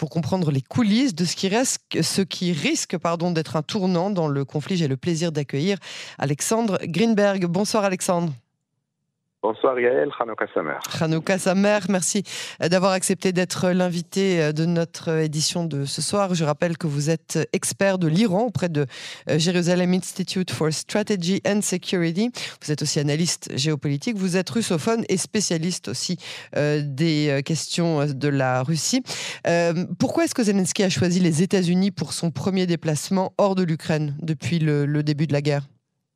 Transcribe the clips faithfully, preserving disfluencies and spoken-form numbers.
pour comprendre les coulisses de ce qui, reste, ce qui risque pardon, d'être un tournant dans le conflit. J'ai le plaisir d'accueillir Alexandre Greenberg. Bonsoir Alexandre. Bonsoir Yael, Hanouka Samer. Hanouka Samer, merci d'avoir accepté d'être l'invité de notre édition de ce soir. Je rappelle que vous êtes expert de l'Iran auprès de Jerusalem Institute for Strategy and Security. Vous êtes aussi analyste géopolitique, vous êtes russophone et spécialiste aussi euh, des questions de la Russie. Euh, pourquoi est-ce que Zelensky a choisi les États-Unis pour son premier déplacement hors de l'Ukraine depuis le, le début de la guerre ?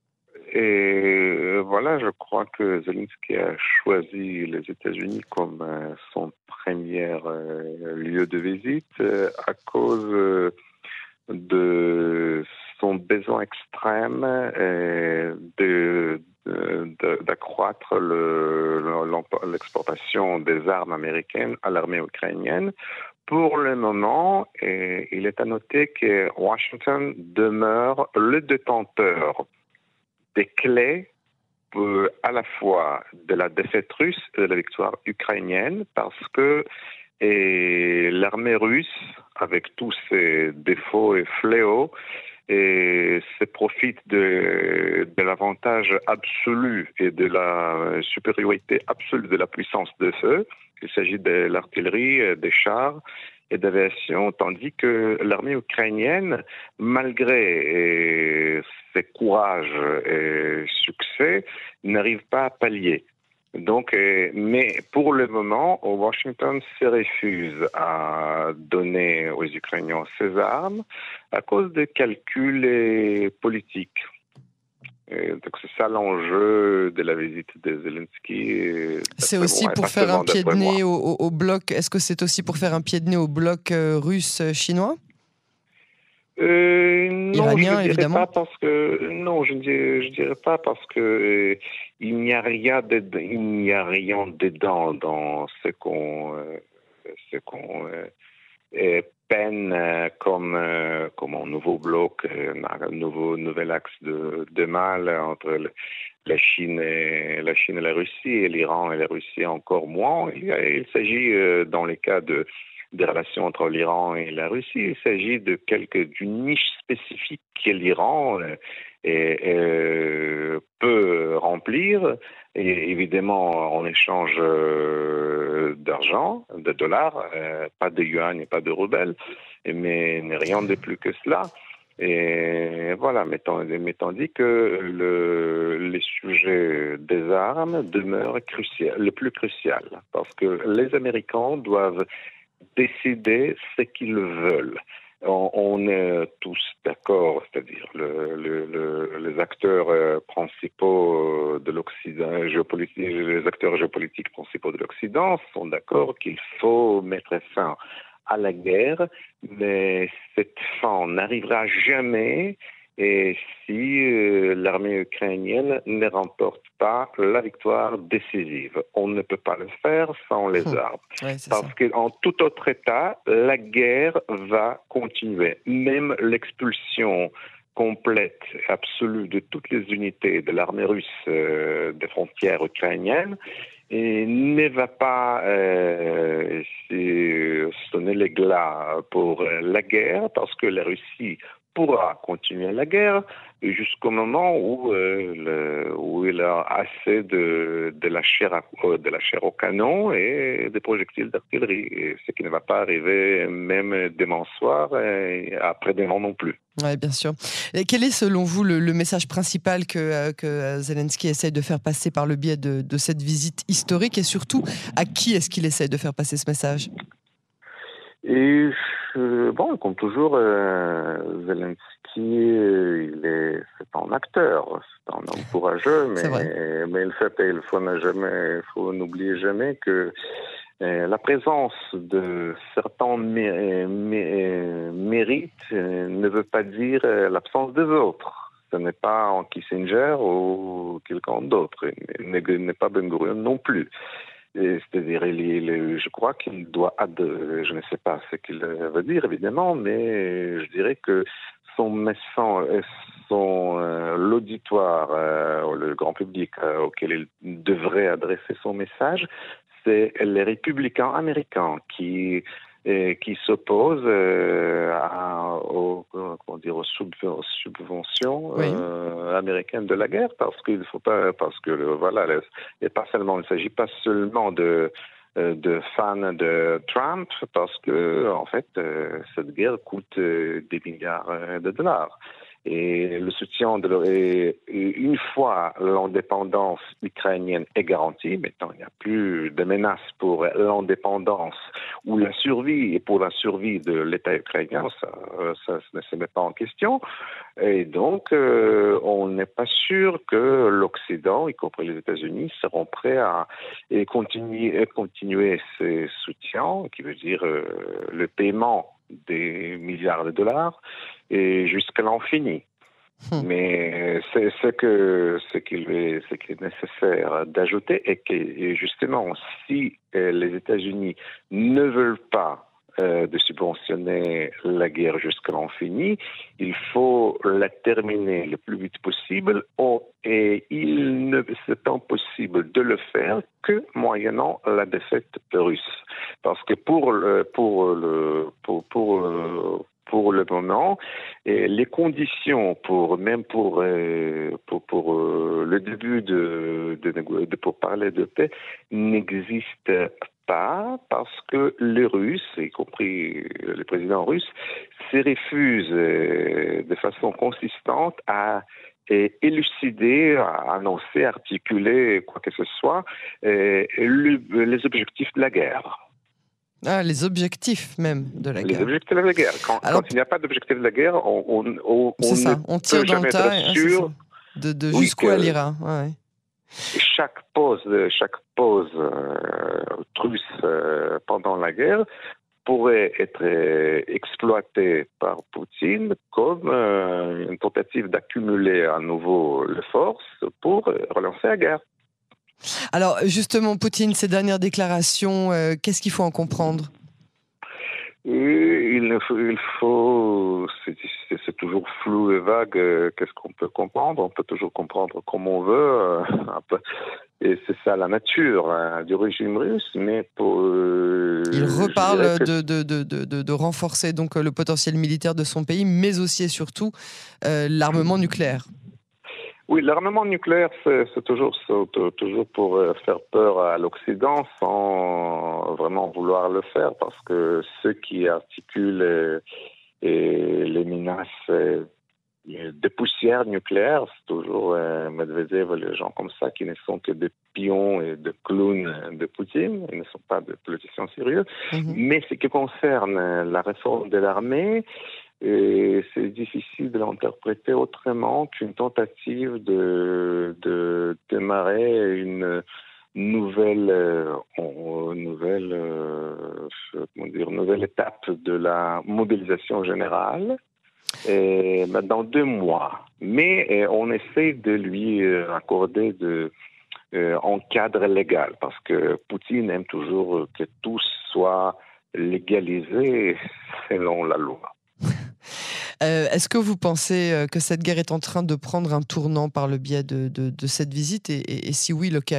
Et voilà, je crois que Zelensky a choisi les États-Unis comme euh, son premier euh, lieu de visite euh, à cause euh, de son besoin extrême euh, de, de, d'accroître le, l'exportation des armes américaines à l'armée ukrainienne. Pour le moment, et il est à noter que Washington demeure le détenteur des clés euh, à la fois de la défaite russe et de la victoire ukrainienne, parce que et l'armée russe, avec tous ses défauts et fléaux, et se profite de, de l'avantage absolu et de la supériorité absolue de la puissance de feu. Il s'agit de l'artillerie, des chars et d'aviation, tandis que l'armée ukrainienne, malgré ses courages et succès, n'arrive pas à pallier. Donc, euh, mais pour le moment, Washington se refuse à donner aux Ukrainiens ces armes à cause des calculs politiques. Et donc c'est ça l'enjeu de la visite de Zelensky. C'est aussi moi, pour faire un pied de nez au, au, au bloc. Est-ce que c'est aussi pour faire un pied de nez au bloc euh, russe-chinois? Euh, non, Iranien, je ne dirais évidemment. pas parce que non, je ne dirais, je dirais pas parce que euh, il n'y a rien de, il n'y a rien dedans dans ce qu'on, euh, ce qu'on euh, peine euh, comme euh, comme un nouveau bloc, euh, un nouveau nouvel axe de, de mal entre le, la Chine et la Chine et la Russie et l'Iran et la Russie encore moins. Il, il s'agit euh, dans les cas de des relations entre l'Iran et la Russie. Il s'agit de quelque, d'une niche spécifique que l'Iran euh, est, euh, peut remplir, et évidemment en échange euh, d'argent, de dollars, euh, pas de yuan et pas de roubles, mais rien de plus que cela. Et voilà, mais tandis que le, les sujets des armes demeurent crucial, le plus crucial, parce que les Américains doivent décider ce qu'ils veulent. On, on est tous d'accord, c'est-à-dire le, le, le, les acteurs euh, principaux de l'Occident, géopolitique, les acteurs géopolitiques principaux de l'Occident sont d'accord qu'il faut mettre fin à la guerre, mais cette fin n'arrivera jamais et si euh, l'armée ukrainienne ne remporte pas la victoire décisive. On ne peut pas le faire sans les armes. Ouais, Parce qu'en tout autre état, la guerre va continuer. Même l'expulsion complète, absolue de toutes les unités de l'armée russe euh, des frontières ukrainiennes et ne va pas euh, sonner les glas pour la guerre, parce que la Russie pourra continuer la guerre jusqu'au moment où, euh, le, où il a assez de, de, la chair à, de la chair au canon et des projectiles d'artillerie, et ce qui ne va pas arriver même demain soir et après-demain non plus. Oui, bien sûr. Et quel est selon vous le, le message principal que, que Zelensky essaye de faire passer par le biais de, de cette visite historique, et surtout à qui est-ce qu'il essaye de faire passer ce message? Et euh, bon, comme toujours, euh, Zelensky, euh, il est, c'est un acteur, c'est un homme courageux, mais, mais il fait, il faut ne jamais, il faut n'oublier jamais que euh, la présence de certains mé- mé- mérites euh, ne veut pas dire euh, l'absence des autres. Ce n'est pas un Kissinger ou quelqu'un d'autre, il n'est pas Ben Gurion non plus. C'est-à-dire, il, il, je crois qu'il doit, je ne sais pas ce qu'il veut dire évidemment, mais je dirais que son message, son euh, l'auditoire, euh, le grand public euh, auquel il devrait adresser son message, c'est les républicains américains qui et qui s'oppose euh, à, aux, comment dire, aux, sub, aux subventions Oui. euh, américaines de la guerre, parce qu'il faut pas, parce que voilà, et pas seulement, il ne s'agit pas seulement de de fans de Trump, parce que en fait, euh, cette guerre coûte euh, des milliards de dollars. Et le soutien de et une fois l'indépendance ukrainienne est garantie, maintenant il n'y a plus de menace pour l'indépendance ou la survie, et pour la survie de l'État ukrainien, ça, ça, ça ne se met pas en question. Et donc, euh, on n'est pas sûr que l'Occident, y compris les États-Unis, seront prêts à et continuer, continuer ces soutiens, qui veut dire euh, le paiement des milliards de dollars, et jusqu'à l'infini. Hum. Mais c'est ce que ce qu'il est, ce qui est nécessaire d'ajouter est que justement, si euh, les États-Unis ne veulent pas euh, de subventionner la guerre jusqu'à l'infini, il faut la terminer le plus vite possible. Oh, et il ne c'est impossible de le faire que moyennant la défaite russe, parce que pour le pour le pour pour, pour Pour le moment, et les conditions pour même pour euh, pour, pour euh, le début de, de, de pour parler de paix n'existent pas, parce que les Russes, y compris le président russe, se refusent euh, de façon consistante à et élucider, à annoncer, articuler quoi que ce soit euh, le, les objectifs de la guerre. Ah, les objectifs même de la les guerre. Les objectifs de la guerre. Quand, Alors, quand il n'y a pas d'objectif de la guerre, on, on, on, on ça. ne on tire peut dans jamais le tas, être sûr de, de oui, jusqu'où elle ira. Ouais. Chaque pause, chaque pause euh, russe euh, pendant la guerre pourrait être euh, exploitée par Poutine comme euh, une tentative d'accumuler à nouveau les forces pour euh, relancer la guerre. Alors justement, Poutine, ces dernières déclarations, euh, qu'est-ce qu'il faut en comprendre ? Et il faut, il faut c'est, c'est, c'est toujours flou et vague. Euh, qu'est-ce qu'on peut comprendre ? On peut toujours comprendre comme on veut. Euh, et c'est ça la nature hein, du régime russe. Mais pour, euh, il reparle que... de, de, de, de, de renforcer donc le potentiel militaire de son pays, mais aussi et surtout euh, l'armement nucléaire. Oui, l'armement nucléaire, c'est, c'est, toujours, c'est toujours pour faire peur à l'Occident sans vraiment vouloir le faire, parce que ceux qui articulent et, et les menaces de poussière nucléaire, c'est toujours euh, Medvedev et les gens comme ça qui ne sont que des pions et des clowns de Poutine, ils ne sont pas des politiciens sérieux. Mm-hmm. Mais ce qui concerne la réforme de l'armée, et c'est difficile de l'interpréter autrement qu'une tentative de, de démarrer une nouvelle, euh, nouvelle, euh, comment dire, nouvelle étape de la mobilisation générale et, dans deux mois. Mais on essaie de lui accorder de, euh, un cadre légal, parce que Poutine aime toujours que tout soit légalisé selon la loi. Euh, est-ce que vous pensez que cette guerre est en train de prendre un tournant par le biais de, de, de cette visite et, et, et si oui, lequel ?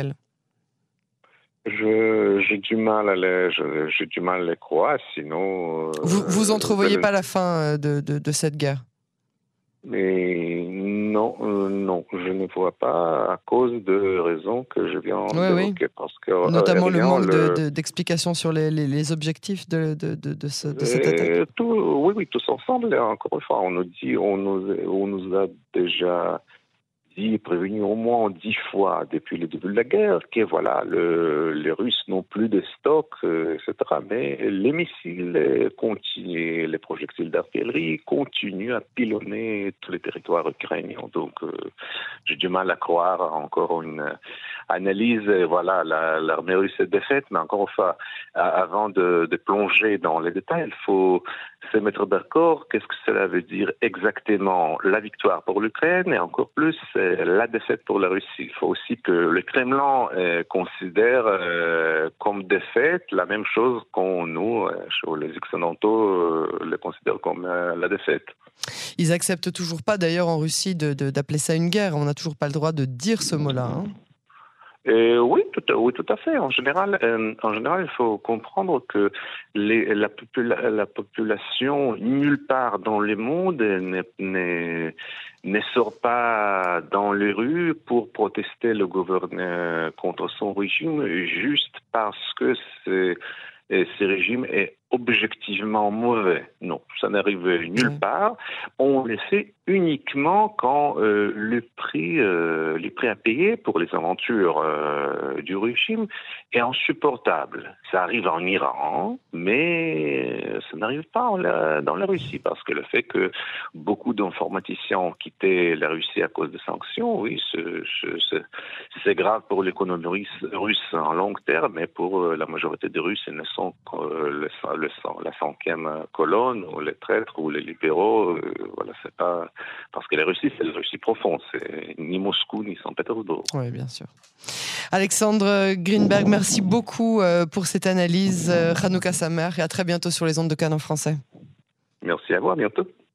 Je, j'ai du mal à les, je, j'ai du mal à les croire, sinon... Vous, vous entrevoyez euh, pas la fin de, de, de cette guerre ? Mais non, euh, non, je ne vois pas à cause de raisons que je viens oui, d'évoquer. Oui. Parce que, notamment euh, le manque le... de, de, d'explications sur les, les, les objectifs de, de, de, de, ce, de cette attaque. Et tout, oui, oui, tous ensemble. Encore une fois, on nous dit, on nous, on nous a déjà dit, prévenu au moins dix fois depuis le début de la guerre que voilà, le, les Russes n'ont plus de stock, euh, et cetera. Mais les missiles continuent, les projectiles d'artillerie continuent à pilonner tous les territoires ukrainiens. Donc, euh, j'ai du mal à croire encore une analyse. Voilà, la, l'armée russe est défaite, mais encore une fois, avant de, de plonger dans les détails, il faut se mettre d'accord. Qu'est-ce que cela veut dire exactement la victoire pour l'Ukraine et encore plus la défaite pour la Russie. Il faut aussi que le Kremlin euh, considère euh, comme défaite la même chose qu'on nous, euh, les Occidentaux, euh, le considèrent comme euh, la défaite. Ils acceptent toujours pas d'ailleurs en Russie de, de, d'appeler ça une guerre. On n'a toujours pas le droit de dire ce mot-là. Hein. Euh, oui, tout, oui, tout à fait. En général, euh, en général, il faut comprendre que les, la, popula- la population, nulle part dans le monde, n'est, n'est, ne sort pas dans les rues pour protester le gouverneur contre son régime, juste parce que c'est, ce régime est objectivement mauvais. Non, ça n'arrive nulle Ouais. part. On le fait uniquement quand euh, le prix, euh, les prix à payer pour les aventures euh, du régime est insupportable. Ça arrive en Iran, mais ça n'arrive pas en la, dans la Russie, parce que le fait que beaucoup d'informaticiens ont quitté la Russie à cause des sanctions, oui, c'est, c'est, c'est grave pour l'économie russe, russe en long terme, mais pour la majorité des Russes, ils ne sont que le, le, la cinquième colonne, ou les traîtres, ou les libéraux. Euh, voilà, c'est pas parce que la Russie, c'est la Russie profonde, c'est ni Moscou ni Saint-Pétersbourg. Oui, bien sûr. Alexandre Greenberg, merci beaucoup pour cette analyse. Hanouka Samer et à très bientôt sur les ondes de Cannes en français. Merci à vous, à bientôt.